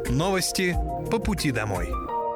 Новости по пути домой.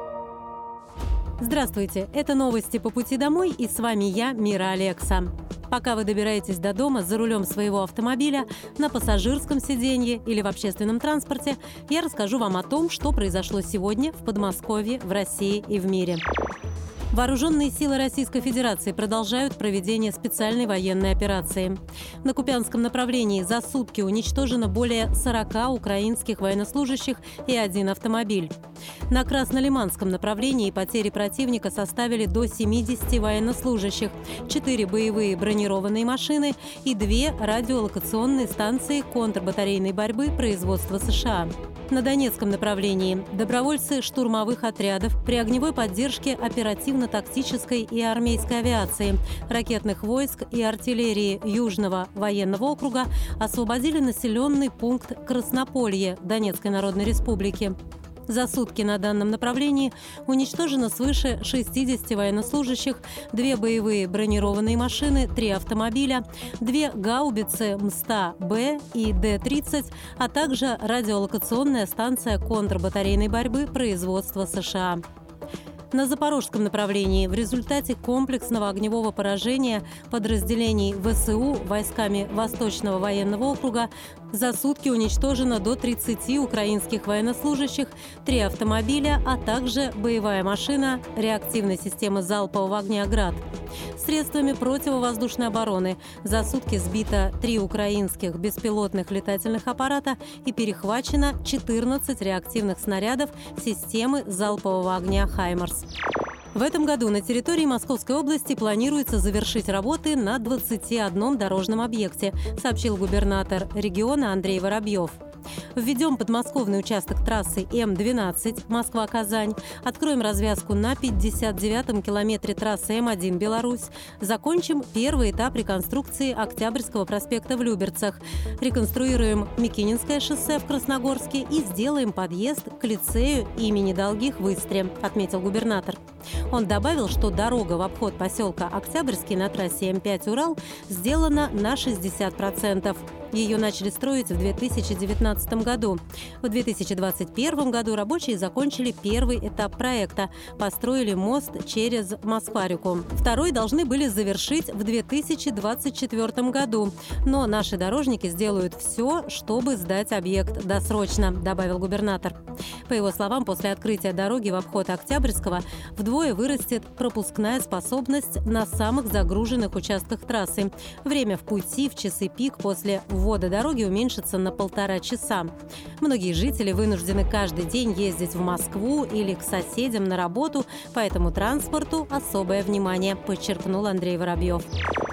Здравствуйте, это новости по пути домой, и с вами я, Мира Алекса. Пока вы добираетесь до дома за рулем своего автомобиля, на пассажирском сиденье или в общественном транспорте, я расскажу вам о том, что произошло сегодня в Подмосковье, в России и в мире. Вооруженные силы Российской Федерации продолжают проведение специальной военной операции. На Купянском направлении за сутки уничтожено более 40 украинских военнослужащих и 1 автомобиль. На Краснолиманском направлении потери противника составили до 70 военнослужащих, 4 боевые бронированные машины и 2 радиолокационные станции контрбатарейной борьбы производства США. На Донецком направлении добровольцы штурмовых отрядов при огневой поддержке оперативно-тактической и армейской авиации, ракетных войск и артиллерии Южного военного округа освободили населенный пункт Краснополье Донецкой Народной Республики. За сутки на данном направлении уничтожено свыше 60 военнослужащих, 2 боевые бронированные машины, 3 автомобиля, 2 гаубицы МСТА-Б и Д-30, а также радиолокационная станция контрбатарейной борьбы производства США. На Запорожском направлении в результате комплексного огневого поражения подразделений ВСУ войсками Восточного военного округа за сутки уничтожено до 30 украинских военнослужащих, 3 автомобиля, а также боевая машина реактивной системы залпового огня «Град». Средствами противовоздушной обороны за сутки сбито 3 украинских беспилотных летательных аппарата и перехвачено 14 реактивных снарядов системы залпового огня «Хаймарс». В этом году на территории Московской области планируется завершить работы на 21 дорожном объекте, сообщил губернатор региона Андрей Воробьев. Введем подмосковный участок трассы М-12 Москва-Казань, откроем развязку на 59-м километре трассы М-1 Беларусь, закончим первый этап реконструкции Октябрьского проспекта в Люберцах, реконструируем Микининское шоссе в Красногорске и сделаем подъезд к лицею имени Долгих в Истре, отметил губернатор. Он добавил, что дорога в обход поселка Октябрьский на трассе М5 Урал сделана на 60%. Ее начали строить в 2019 году. В 2021 году рабочие закончили первый этап проекта – построили мост через Москва-реку. Второй должны были завершить в 2024 году. Но наши дорожники сделают все, чтобы сдать объект досрочно, добавил губернатор. По его словам, после открытия дороги в обход Октябрьского вдвое вырастет пропускная способность на самых загруженных участках трассы. Время в пути в часы пик после ввода дороги уменьшится на 1,5 часа. Многие жители вынуждены каждый день ездить в Москву или к соседям на работу, поэтому транспорту особое внимание, подчеркнул Андрей Воробьев.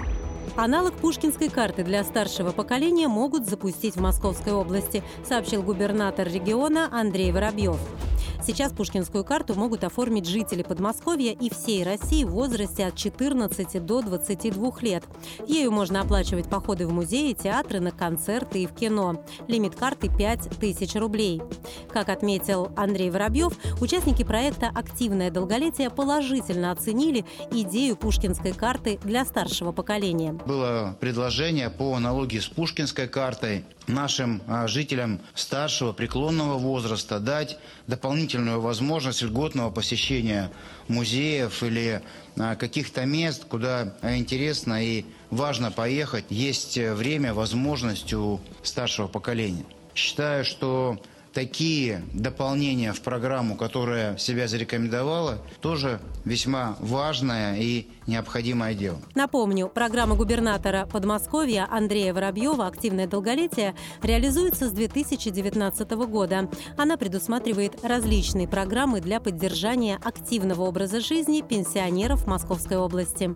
Аналог пушкинской карты для старшего поколения могут запустить в Московской области, сообщил губернатор региона Андрей Воробьев. Сейчас пушкинскую карту могут оформить жители Подмосковья и всей России в возрасте от 14 до 22 лет. Ею можно оплачивать походы в музеи, театры, на концерты и в кино. Лимит карты – 5000 рублей. Как отметил Андрей Воробьев, участники проекта «Активное долголетие» положительно оценили идею пушкинской карты для старшего поколения. Было предложение по аналогии с пушкинской картой нашим жителям старшего преклонного возраста дать дополнительную возможность льготного посещения музеев или каких-то мест, куда интересно и важно поехать. Есть время, возможность у старшего поколения. Считаю, что такие дополнения в программу, которая себя зарекомендовала, тоже весьма важное и необходимое дело. Напомню, программа губернатора Подмосковья Андрея Воробьева «Активное долголетие» реализуется с 2019 года. Она предусматривает различные программы для поддержания активного образа жизни пенсионеров Московской области.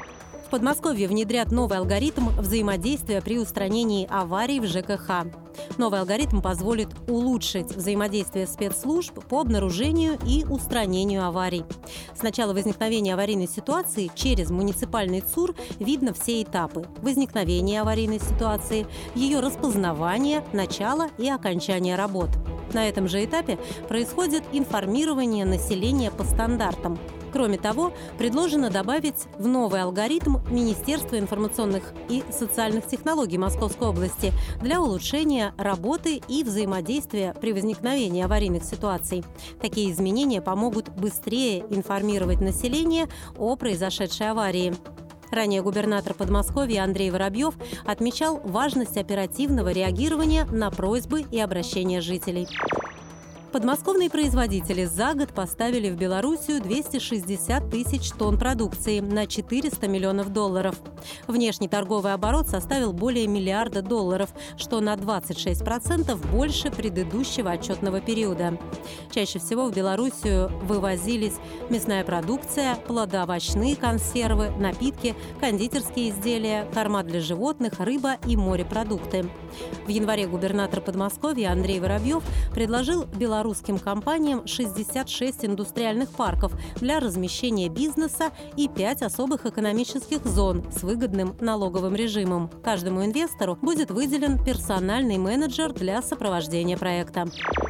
В Подмосковье внедрят новый алгоритм взаимодействия при устранении аварий в ЖКХ. Новый алгоритм позволит улучшить взаимодействие спецслужб по обнаружению и устранению аварий. С начала возникновения аварийной ситуации через муниципальный ЦУР видно все этапы возникновения аварийной ситуации, ее распознавание, начало и окончание работ. На этом же этапе происходит информирование населения по стандартам. Кроме того, предложено добавить в новый алгоритм Министерство информационных и социальных технологий Московской области для улучшения работы и взаимодействия при возникновении аварийных ситуаций. Такие изменения помогут быстрее информировать население о произошедшей аварии. Ранее губернатор Подмосковья Андрей Воробьев отмечал важность оперативного реагирования на просьбы и обращения жителей. Подмосковные производители за год поставили в Белоруссию 260 тысяч тонн продукции на $400 миллионов. Внешний торговый оборот составил более $1 миллиарда, что на 26% больше предыдущего отчетного периода. Чаще всего в Белоруссию вывозились мясная продукция, плодоовощные консервы, напитки, кондитерские изделия, корма для животных, рыба и морепродукты. В январе губернатор Подмосковья Андрей Воробьев предложил белорусским компаниям 66 индустриальных парков для размещения бизнеса и 5 особых экономических зон с выгодным налоговым режимом. Каждому инвестору будет выделен персональный менеджер для сопровождения проекта.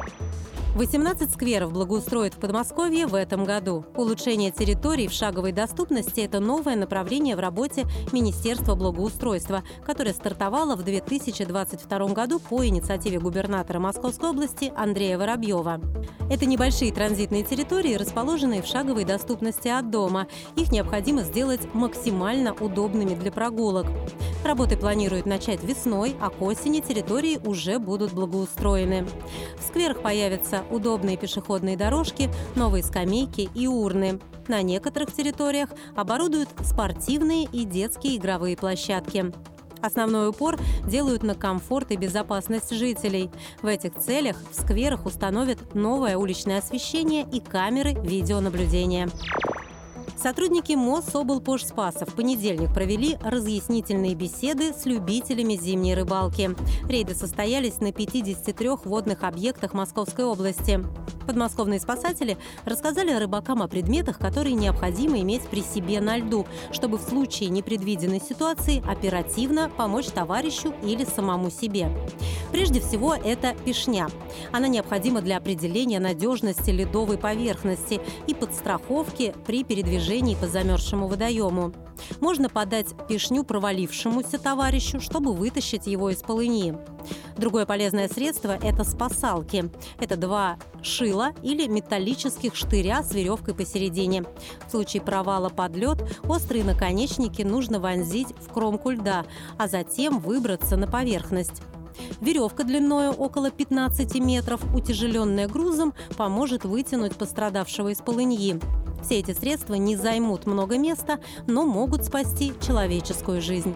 18 скверов благоустроят в Подмосковье в этом году. Улучшение территорий в шаговой доступности – это новое направление в работе Министерства благоустройства, которое стартовало в 2022 году по инициативе губернатора Московской области Андрея Воробьева. Это небольшие транзитные территории, расположенные в шаговой доступности от дома. Их необходимо сделать максимально удобными для прогулок. Работы планируют начать весной, а к осени территории уже будут благоустроены. В скверах появятся удобные пешеходные дорожки, новые скамейки и урны. На некоторых территориях оборудуют спортивные и детские игровые площадки. Основной упор делают на комфорт и безопасность жителей. В этих целях в скверах установят новое уличное освещение и камеры видеонаблюдения. Сотрудники Мособлпожспаса в понедельник провели разъяснительные беседы с любителями зимней рыбалки. Рейды состоялись на 53 водных объектах Московской области. Подмосковные спасатели рассказали рыбакам о предметах, которые необходимо иметь при себе на льду, чтобы в случае непредвиденной ситуации оперативно помочь товарищу или самому себе. Прежде всего, это пешня. Она необходима для определения надежности ледовой поверхности и подстраховки при передвижении по замерзшему водоему. Можно подать пешню провалившемуся товарищу, чтобы вытащить его из полыньи. Другое полезное средство – это спасалки. Это 2 шила или металлических штыря с веревкой посередине. В случае провала под лед острые наконечники нужно вонзить в кромку льда, а затем выбраться на поверхность. Веревка длиною около 15 метров, утяжеленная грузом, поможет вытянуть пострадавшего из полыньи. Все эти средства не займут много места, но могут спасти человеческую жизнь.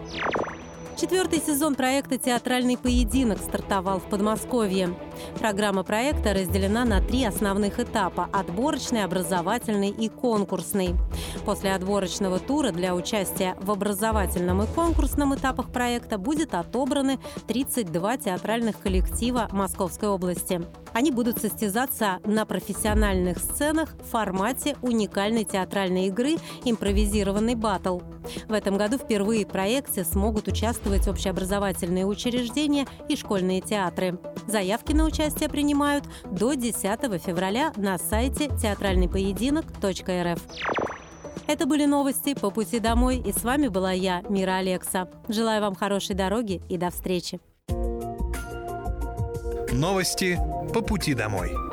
4-й сезон проекта «Театральный поединок» стартовал в Подмосковье. Программа проекта разделена на 3 основных этапа – отборочный, образовательный и конкурсный. После отборочного тура для участия в образовательном и конкурсном этапах проекта будет отобраны 32 театральных коллектива Московской области. Они будут состязаться на профессиональных сценах в формате уникальной театральной игры «Импровизированный баттл». В этом году впервые в проекте смогут участвовать общеобразовательные учреждения и школьные театры. Заявки на участие принимают до 10 февраля на сайте театральныйпоединок.рф. Это были новости по пути домой, и с вами была я, Мира Алекса. Желаю вам хорошей дороги и до встречи. Новости по пути домой.